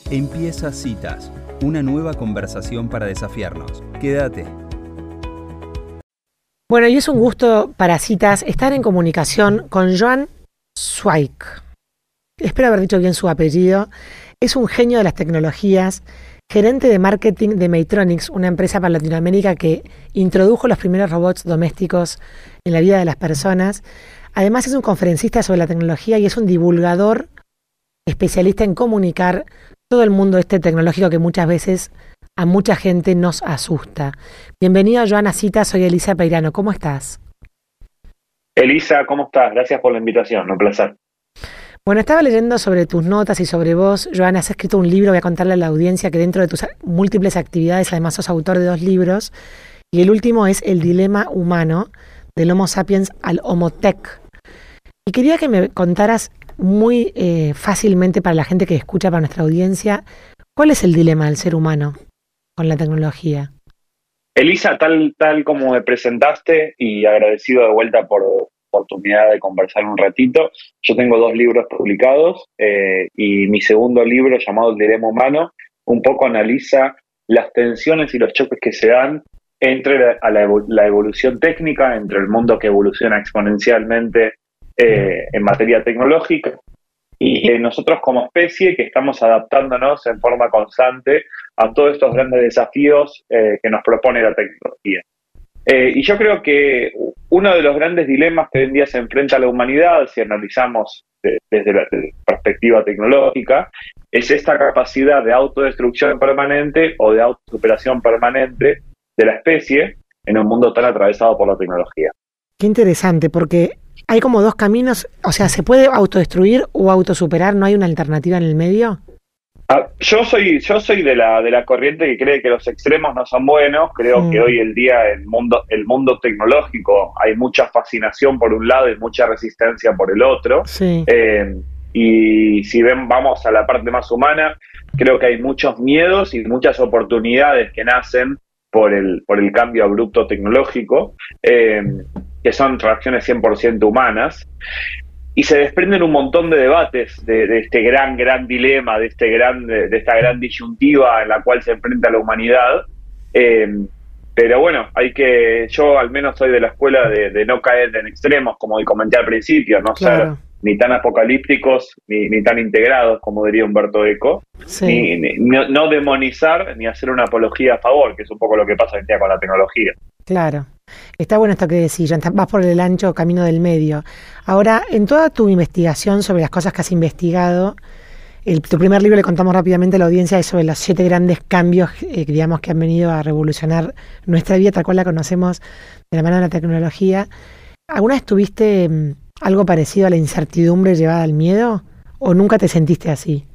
Empieza Citas, una nueva conversación para desafiarnos. Quédate. Bueno, y es un gusto para Citas estar en comunicación con Joan Zweig. Espero haber dicho bien su apellido. Es un genio de las tecnologías, gerente de marketing de Maytronics, una empresa para Latinoamérica que introdujo los primeros robots domésticos en la vida de las personas. Además es un conferencista sobre la tecnología y es un divulgador especialista en comunicar todo el mundo tecnológico que muchas veces a mucha gente nos asusta. Bienvenido, Joan, a Citas. Soy Elisa Peirano. ¿Cómo estás? Elisa, ¿cómo estás? Gracias por la invitación, un placer. Bueno, estaba leyendo sobre tus notas y sobre vos. Joan, has escrito un libro, voy a contarle a la audiencia que dentro de tus múltiples actividades, además sos autor de 2 libros, y el último es El dilema humano, del Homo sapiens al Homo tech. Y quería que me contaras muy fácilmente para la gente que escucha, para nuestra audiencia, ¿cuál es el dilema del ser humano con la tecnología? Elisa, tal como me presentaste y agradecido de vuelta por la oportunidad de conversar un ratito, yo tengo 2 libros publicados y mi segundo libro, llamado El dilema humano, un poco analiza las tensiones y los choques que se dan entre la evolución técnica, entre el mundo que evoluciona exponencialmente en materia tecnológica y nosotros como especie que estamos adaptándonos en forma constante a todos estos grandes desafíos que nos propone la tecnología. Y yo creo que uno de los grandes dilemas que hoy en día se enfrenta a la humanidad, si analizamos desde la perspectiva tecnológica, es esta capacidad de autodestrucción permanente o de autosuperación permanente de la especie en un mundo tan atravesado por la tecnología. Qué interesante, porque hay como 2 caminos, o sea, ¿se puede autodestruir o autosuperar? ¿No hay una alternativa en el medio? Yo soy de la corriente que cree que los extremos no son buenos. Creo que hoy el día el mundo tecnológico hay mucha fascinación por un lado y mucha resistencia por el otro. Sí. Y si vamos a la parte más humana, creo que hay muchos miedos y muchas oportunidades que nacen por el cambio abrupto tecnológico, que son reacciones 100% humanas. Y se desprenden un montón de debates de este gran dilema, de esta gran disyuntiva en la cual se enfrenta la humanidad. Pero bueno, yo al menos soy de la escuela de no caer en extremos, como comenté al principio, no Claro. ser ni tan apocalípticos ni tan integrados, como diría Humberto Eco, Sí. no demonizar ni hacer una apología a favor, que es un poco lo que pasa hoy en día con la tecnología. Claro. Está bueno esto que decís, Joan, vas por el ancho camino del medio. Ahora, en toda tu investigación sobre las cosas que has investigado, tu primer libro, le contamos rápidamente a la audiencia, es sobre los 7 grandes cambios digamos, que han venido a revolucionar nuestra vida, tal cual la conocemos de la mano de la tecnología. ¿Alguna vez tuviste algo parecido a la incertidumbre llevada al miedo? ¿O nunca te sentiste así?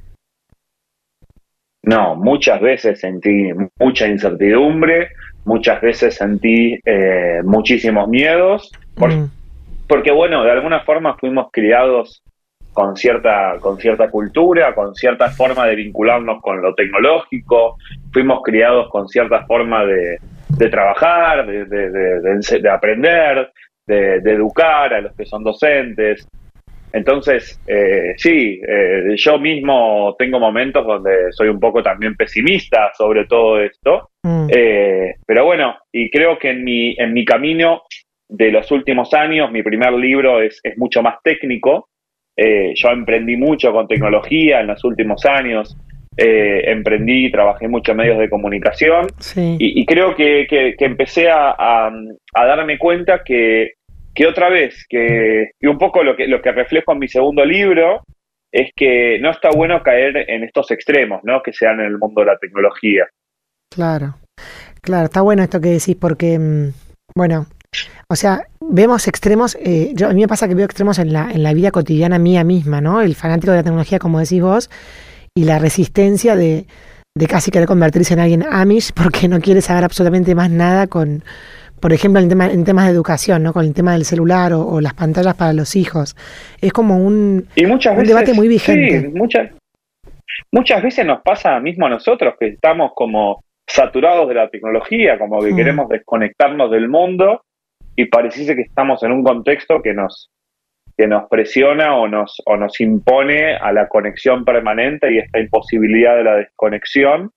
No, muchas veces sentí mucha incertidumbre, muchas veces sentí muchísimos miedos, porque bueno, de alguna forma fuimos criados con cierta cultura, con cierta forma de vincularnos con lo tecnológico, fuimos criados con cierta forma de trabajar, de aprender, de educar a los que son docentes. Entonces, yo mismo tengo momentos donde soy un poco también pesimista sobre todo esto, pero bueno, y creo que en mi camino de los últimos años, mi primer libro es mucho más técnico. Yo emprendí mucho con tecnología en los últimos años, trabajé mucho en medios de comunicación, Sí. y creo que empecé a darme cuenta que otra vez, y un poco lo que reflejo en mi segundo libro, es que no está bueno caer en estos extremos, ¿no?, que se dan en el mundo de la tecnología. Claro, está bueno esto que decís porque, bueno, o sea, vemos extremos, a mí me pasa que veo extremos en la vida cotidiana mía misma, ¿no? El fanático de la tecnología, como decís vos, y la resistencia de casi querer convertirse en alguien Amish porque no quiere saber absolutamente más nada con, por ejemplo, en temas de educación, ¿no? Con el tema del celular o las pantallas para los hijos. Es como un debate muy vigente. Sí, muchas veces nos pasa mismo a nosotros que estamos como saturados de la tecnología, como que queremos desconectarnos del mundo y pareciese que estamos en un contexto que nos que nos presiona o nos impone a la conexión permanente y esta imposibilidad de la desconexión,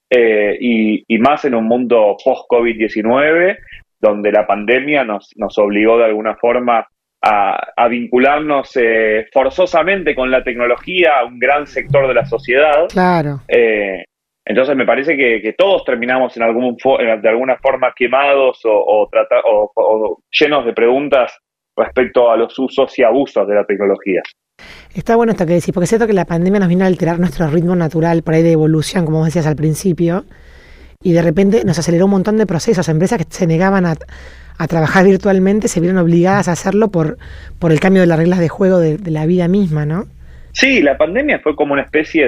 y más en un mundo post-COVID-19, donde la pandemia nos obligó de alguna forma a vincularnos forzosamente con la tecnología a un gran sector de la sociedad. Claro. Entonces me parece que todos terminamos de alguna forma quemados o llenos de preguntas respecto a los usos y abusos de la tecnología. Está bueno esto que decís, porque es cierto que la pandemia nos vino a alterar nuestro ritmo natural, por ahí de evolución, como vos decías al principio, y de repente nos aceleró un montón de procesos. Empresas que se negaban a trabajar virtualmente se vieron obligadas a hacerlo por el cambio de las reglas de juego de la vida misma, ¿no? Sí, la pandemia fue como una especie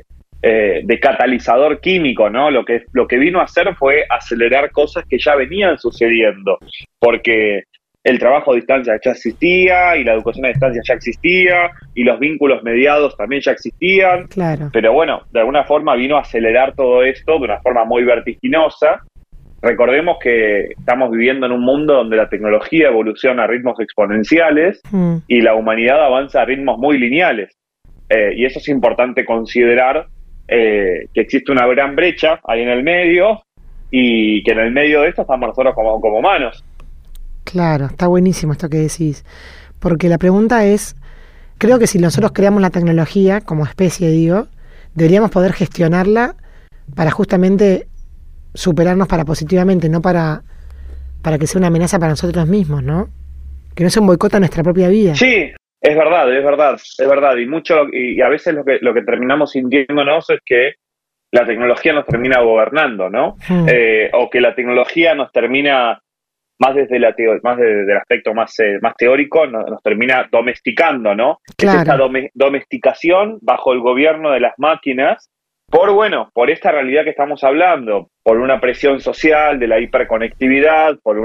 de catalizador químico, ¿no? Lo que vino a hacer fue acelerar cosas que ya venían sucediendo, porque el trabajo a distancia ya existía y la educación a distancia ya existía y los vínculos mediados también ya existían. Claro. Pero bueno, de alguna forma vino a acelerar todo esto de una forma muy vertiginosa. Recordemos que estamos viviendo en un mundo donde la tecnología evoluciona a ritmos exponenciales y la humanidad avanza a ritmos muy lineales. Y eso es importante considerar, que existe una gran brecha ahí en el medio y que en el medio de esto estamos nosotros como humanos. Claro, está buenísimo esto que decís, porque la pregunta es, creo que si nosotros creamos la tecnología como especie, digo, deberíamos poder gestionarla para justamente superarnos para positivamente, no para que sea una amenaza para nosotros mismos, ¿no? Que no sea un boicot a nuestra propia vida. Sí, es verdad, y a veces lo que terminamos sintiéndonos es que la tecnología nos termina gobernando, ¿no? O que la tecnología nos termina, más desde del aspecto más teórico, nos termina domesticando, ¿no? Claro. Es esta domesticación bajo el gobierno de las máquinas por esta realidad que estamos hablando, por una presión social de la hiperconectividad, por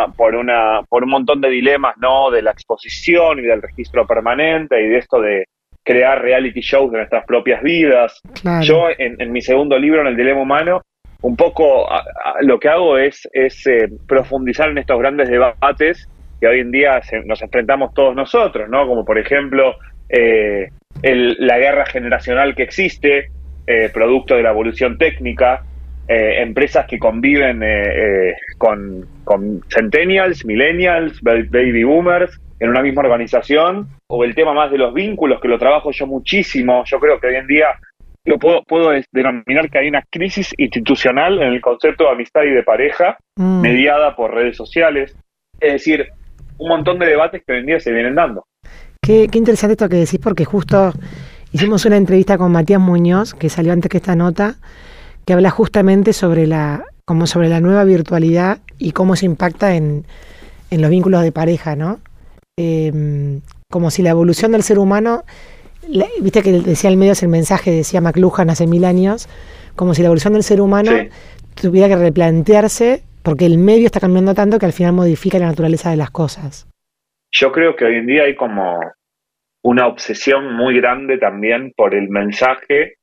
un montón de dilemas, ¿no? De la exposición y del registro permanente y de esto de crear reality shows de nuestras propias vidas. Claro. Yo en mi segundo libro, en El Dilema Humano, un poco lo que hago es profundizar en estos grandes debates que hoy en día nos enfrentamos todos nosotros, ¿no? Como por ejemplo la guerra generacional que existe, producto de la evolución técnica, empresas que conviven con centennials, millennials, baby boomers en una misma organización, o el tema más de los vínculos, que lo trabajo yo muchísimo. Yo creo que hoy en día lo puedo denominar que hay una crisis institucional en el concepto de amistad y de pareja, mediada por redes sociales. Es decir, un montón de debates que hoy en día se vienen dando. Qué interesante esto que decís, porque justo hicimos una entrevista con Matías Muñoz, que salió antes que esta nota, que habla justamente sobre la nueva virtualidad y cómo se impacta en los vínculos de pareja, ¿no? Como si la evolución del ser humano, viste que decía el medio, es el mensaje, decía McLuhan hace 1000 años, como si la evolución del ser humano tuviera que replantearse, porque el medio está cambiando tanto que al final modifica la naturaleza de las cosas. Yo creo que hoy en día hay como una obsesión muy grande también por el mensaje,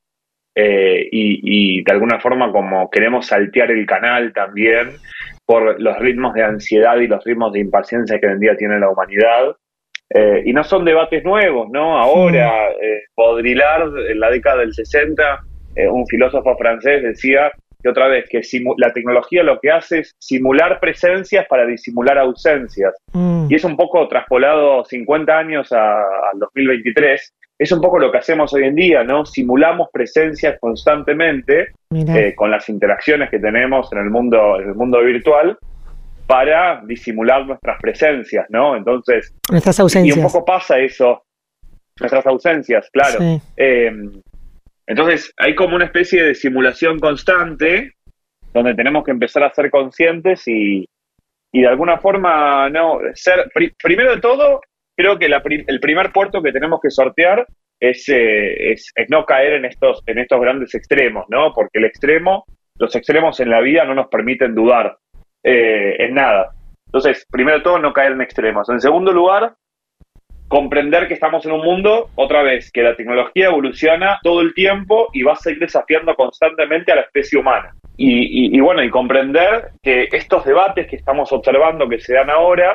y de alguna forma como queremos saltear el canal también por los ritmos de ansiedad y los ritmos de impaciencia que hoy en día tiene la humanidad. Y no son debates nuevos, ¿no? Ahora, Baudrillard, en la década del 60, un filósofo francés decía que otra vez que la tecnología lo que hace es simular presencias para disimular ausencias. Y es un poco traspolado 50 años al 2023, es un poco lo que hacemos hoy en día, ¿no? Simulamos presencias constantemente con las interacciones que tenemos en el mundo virtual para disimular nuestras presencias, ¿no? Entonces, nuestras ausencias. Y un poco pasa eso, nuestras ausencias, claro. Sí. Entonces, hay como una especie de simulación constante donde tenemos que empezar a ser conscientes y de alguna forma no ser. Primero de todo, creo que el primer puerto que tenemos que sortear es no caer en estos grandes extremos, ¿no? Porque los extremos en la vida no nos permiten dudar en nada. Entonces, primero de todo, no caer en extremos. En segundo lugar, comprender que estamos en un mundo, otra vez, que la tecnología evoluciona todo el tiempo y va a seguir desafiando constantemente a la especie humana. Y bueno, y comprender que estos debates que estamos observando que se dan ahora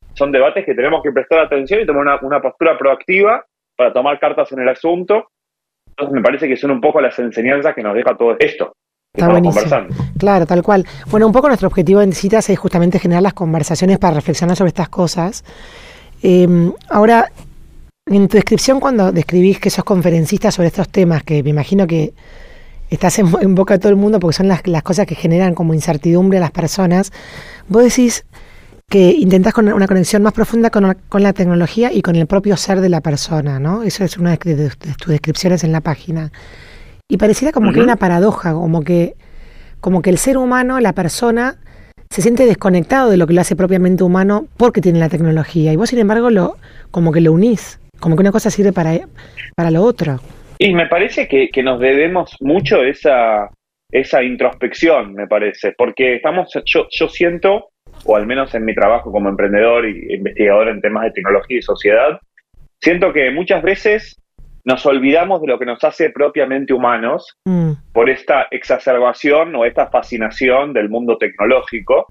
son debates que tenemos que prestar atención y tomar una postura proactiva para tomar cartas en el asunto. Entonces me parece que son un poco las enseñanzas que nos deja todo esto que Está estamos buenísimo. conversando. Claro, tal cual. Bueno, un poco nuestro objetivo en Citas es justamente generar las conversaciones para reflexionar sobre estas cosas. Ahora, en tu descripción, cuando describís que sos conferencista sobre estos temas, que me imagino que estás en boca de todo el mundo porque son las cosas que generan como incertidumbre a las personas, vos decís que intentás con una conexión más profunda con la tecnología y con el propio ser de la persona, ¿no? Eso es una de tus descripciones en la página. Y pareciera como que hay una paradoja, como que el ser humano, la persona, se siente desconectado de lo que lo hace propiamente humano porque tiene la tecnología. Y vos, sin embargo, como que lo unís, como que una cosa sirve para lo otro. Y me parece que nos debemos mucho esa introspección, me parece, porque yo siento, o al menos en mi trabajo como emprendedor e investigador en temas de tecnología y sociedad, siento que muchas veces nos olvidamos de lo que nos hace propiamente humanos por esta exacerbación o esta fascinación del mundo tecnológico.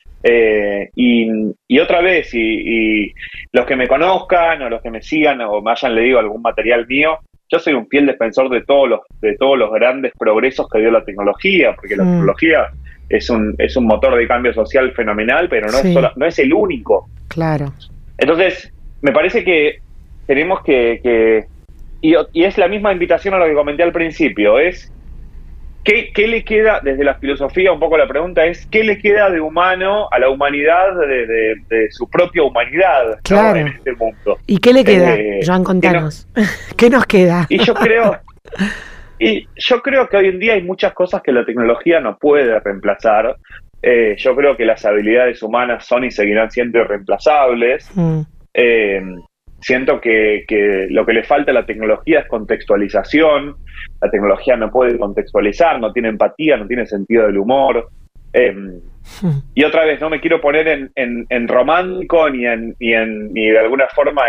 Y otra vez, y los que me conozcan o los que me sigan o me hayan leído algún material mío, yo soy un fiel defensor de todos los grandes progresos que dio la tecnología, porque la tecnología es un motor de cambio social fenomenal, pero no es el único. Claro. Entonces, me parece que tenemos y es la misma invitación a lo que comenté al principio, es ¿qué le queda desde la filosofía? Un poco la pregunta es, ¿qué le queda de humano a la humanidad, de su propia humanidad, claro, ¿no? En este mundo? ¿Y qué le queda, Joan? Contanos. ¿Qué nos queda? Y yo creo que hoy en día hay muchas cosas que la tecnología no puede reemplazar. Yo creo que las habilidades humanas son y seguirán siendo irreemplazables. Siento que lo que le falta a la tecnología es contextualización. La tecnología no puede contextualizar, no tiene empatía, no tiene sentido del humor. Y otra vez, no me quiero poner en romántico ni de alguna forma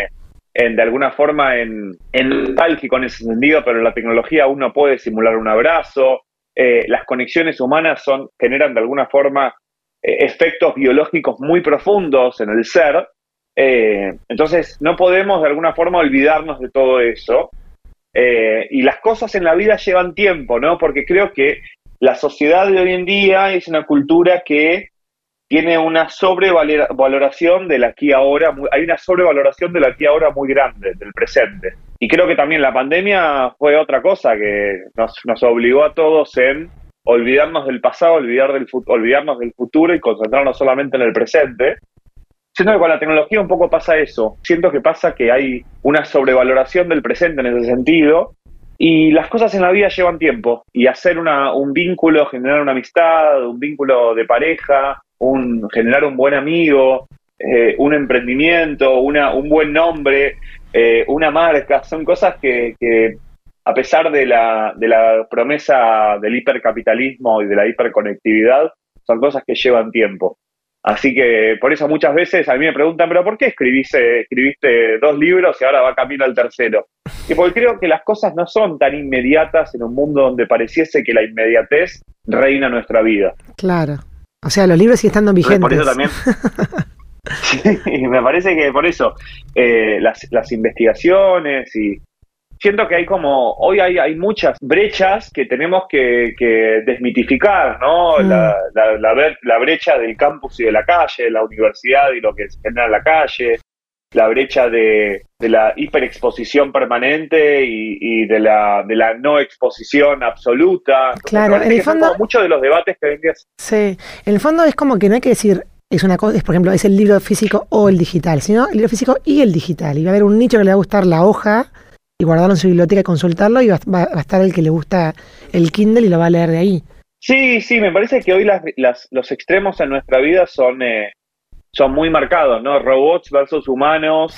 en nostálgico en ese sentido, pero la tecnología aún no puede simular un abrazo. Las conexiones humanas generan de alguna forma efectos biológicos muy profundos en el ser. Entonces no podemos de alguna forma olvidarnos de todo eso, y las cosas en la vida llevan tiempo, ¿no? Porque creo que la sociedad de hoy en día es una cultura que tiene una sobrevaloración del aquí ahora, hay una sobrevaloración del aquí ahora muy grande, del presente. Y creo que también la pandemia fue otra cosa que nos obligó a todos en olvidarnos del pasado, olvidarnos del futuro y concentrarnos solamente en el presente. Siento que con la tecnología un poco pasa eso. Siento que pasa que hay una sobrevaloración del presente en ese sentido, y las cosas en la vida llevan tiempo. Y hacer un vínculo, generar una amistad, un vínculo de pareja, generar un buen amigo, un emprendimiento, un buen nombre, una marca, son cosas que a pesar de la promesa del hipercapitalismo y de la hiperconectividad, son cosas que llevan tiempo. Así que por eso muchas veces a mí me preguntan, ¿pero por qué escribiste 2 libros y ahora va camino al tercero? Y porque creo que las cosas no son tan inmediatas en un mundo donde pareciese que la inmediatez reina nuestra vida. Claro. O sea, los libros siguen estando vigentes. Por eso también. Sí, me parece que por eso las investigaciones y siento que hoy hay muchas brechas que tenemos que desmitificar, ¿no? La brecha del campus y de la calle, la universidad y lo que se genera en la calle, la brecha de la hiperexposición permanente y de la no exposición absoluta. Claro, en el fondo muchos de los debates que vendías. Sí, en el fondo es como que no hay que decir es una cosa, por ejemplo, es el libro físico o el digital, sino el libro físico y el digital. Y va a haber un nicho que le va a gustar la hoja y guardarlo en su biblioteca y consultarlo, y va a estar el que le gusta el Kindle y lo va a leer de ahí. Sí, me parece que hoy los extremos en nuestra vida son muy marcados, ¿no? Robots versus humanos,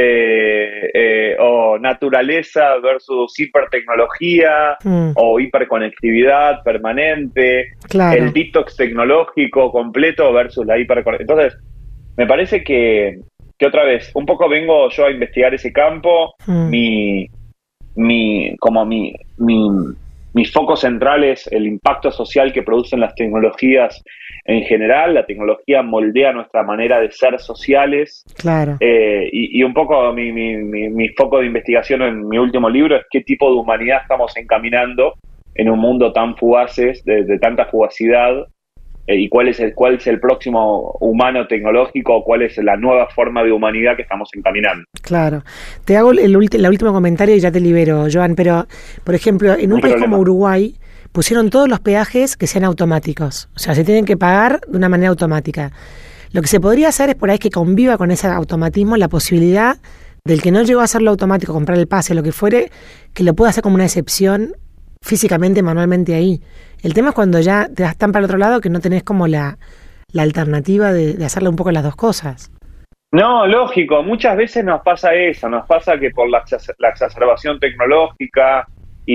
o naturaleza versus hipertecnología, o hiperconectividad permanente, claro. El detox tecnológico completo versus la hiperconectividad. Entonces, me parece que otra vez, un poco vengo yo a investigar ese campo, mi mi foco central es el impacto social que producen las tecnologías en general. La tecnología moldea nuestra manera de ser sociales. Claro. Y un poco mi foco de investigación en mi último libro es qué tipo de humanidad estamos encaminando en un mundo tan fugaces, de tanta fugacidad, y cuál es el próximo humano tecnológico, cuál es la nueva forma de humanidad que estamos encaminando. Claro. Te hago el último comentario y ya te libero, Joan, pero, por ejemplo, en un país como Uruguay pusieron todos los peajes que sean automáticos, o sea, se tienen que pagar de una manera automática. Lo que se podría hacer es por ahí que conviva con ese automatismo la posibilidad del que no llegó a hacerlo automático, comprar el pase, lo que fuere, que lo pueda hacer como una excepción físicamente, manualmente ahí. El tema es cuando ya te das tan para el otro lado que no tenés como la alternativa de hacerle un poco las dos cosas. No, lógico, muchas veces nos pasa eso, nos pasa que por la exacerbación tecnológica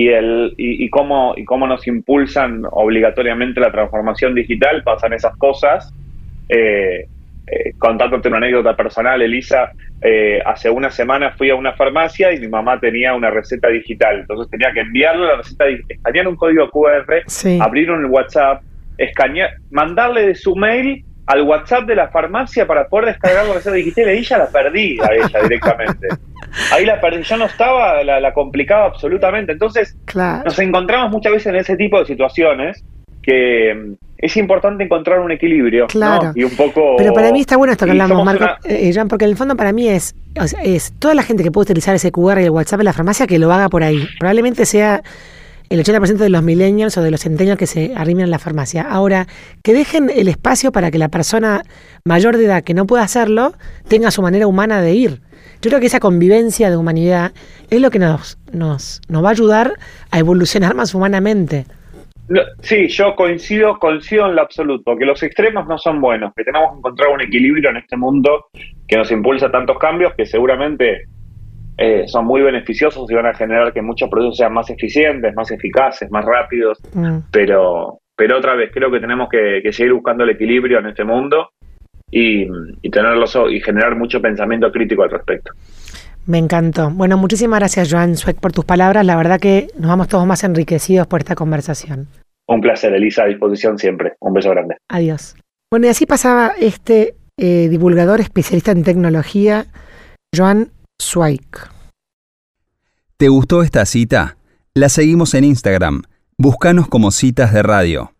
y cómo nos impulsan obligatoriamente la transformación digital, pasan esas cosas. Contándote una anécdota personal, Elisa, hace una semana fui a una farmacia y mi mamá tenía una receta digital, entonces tenía que enviarle la receta, escanear un código QR, sí, abrir un WhatsApp, mandarle de su mail al WhatsApp de la farmacia para poder descargar la receta digital, y ahí ya la perdí a ella directamente. Ahí la perdí, yo no estaba, la complicaba absolutamente. Entonces, claro, nos encontramos muchas veces en ese tipo de situaciones que es importante encontrar un equilibrio, claro, ¿no? Y un poco... Pero para mí está bueno esto que hablamos, Marco, Joan, porque en el fondo para mí es toda la gente que puede utilizar ese QR y el WhatsApp en la farmacia que lo haga por ahí. Probablemente sea el 80% de los millennials o de los centennials que se arrimen en la farmacia. Ahora, que dejen el espacio para que la persona mayor de edad que no pueda hacerlo tenga su manera humana de ir. Yo creo que esa convivencia de humanidad es lo que nos va a ayudar a evolucionar más humanamente. Sí, yo coincido en lo absoluto, que los extremos no son buenos, que tenemos que encontrar un equilibrio en este mundo que nos impulsa tantos cambios que seguramente son muy beneficiosos y van a generar que muchos productos sean más eficientes, más eficaces, más rápidos, pero otra vez creo que tenemos que seguir buscando el equilibrio en este mundo y generar mucho pensamiento crítico al respecto. Me encantó. Bueno, muchísimas gracias, Joan Sweik, por tus palabras. La verdad que nos vamos todos más enriquecidos por esta conversación. Un placer, Elisa, a disposición siempre. Un beso grande. Adiós. Bueno, y así pasaba este divulgador especialista en tecnología, Joan Sweik. ¿Te gustó esta cita? La seguimos en Instagram. Búscanos como Citas de Radio.